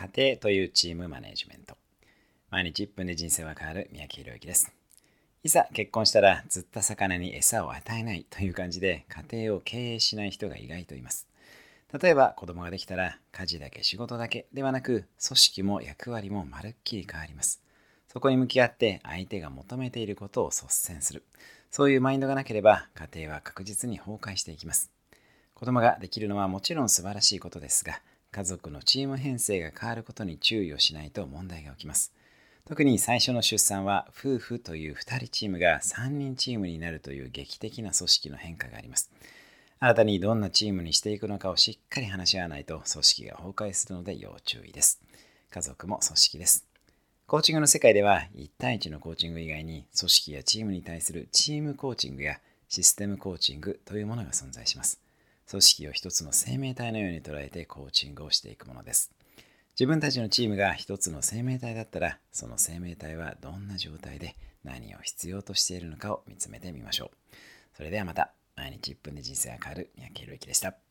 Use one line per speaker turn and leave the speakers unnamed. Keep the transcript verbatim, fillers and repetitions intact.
家庭というチームマネジメント。毎日いっぷんで人生は変わる三宅宏之です。いざ結婚したら釣った魚に餌を与えないという感じで家庭を経営しない人が意外といます。例えば子供ができたら家事だけ仕事だけではなく組織も役割もまるっきり変わります。そこに向き合って相手が求めていることを率先する。そういうマインドがなければ家庭は確実に崩壊していきます。子供ができるのはもちろん素晴らしいことですが、家族のチーム編成が変わることに注意をしないと問題が起きます。特に最初の出産は夫婦というふたりチームがさんにんチームになるという劇的な組織の変化があります。新たにどんなチームにしていくのかをしっかり話し合わないと組織が崩壊するので要注意です。家族も組織です。コーチングの世界ではいち対いちのコーチング以外に組織やチームに対するチームコーチングやシステムコーチングというものが存在します。組織を一つの生命体のように捉えてコーチングをしていくものです。自分たちのチームが一つの生命体だったら、その生命体はどんな状態で何を必要としているのかを見つめてみましょう。それではまた。毎日いっぷんで人生が変わる三宅宏之でした。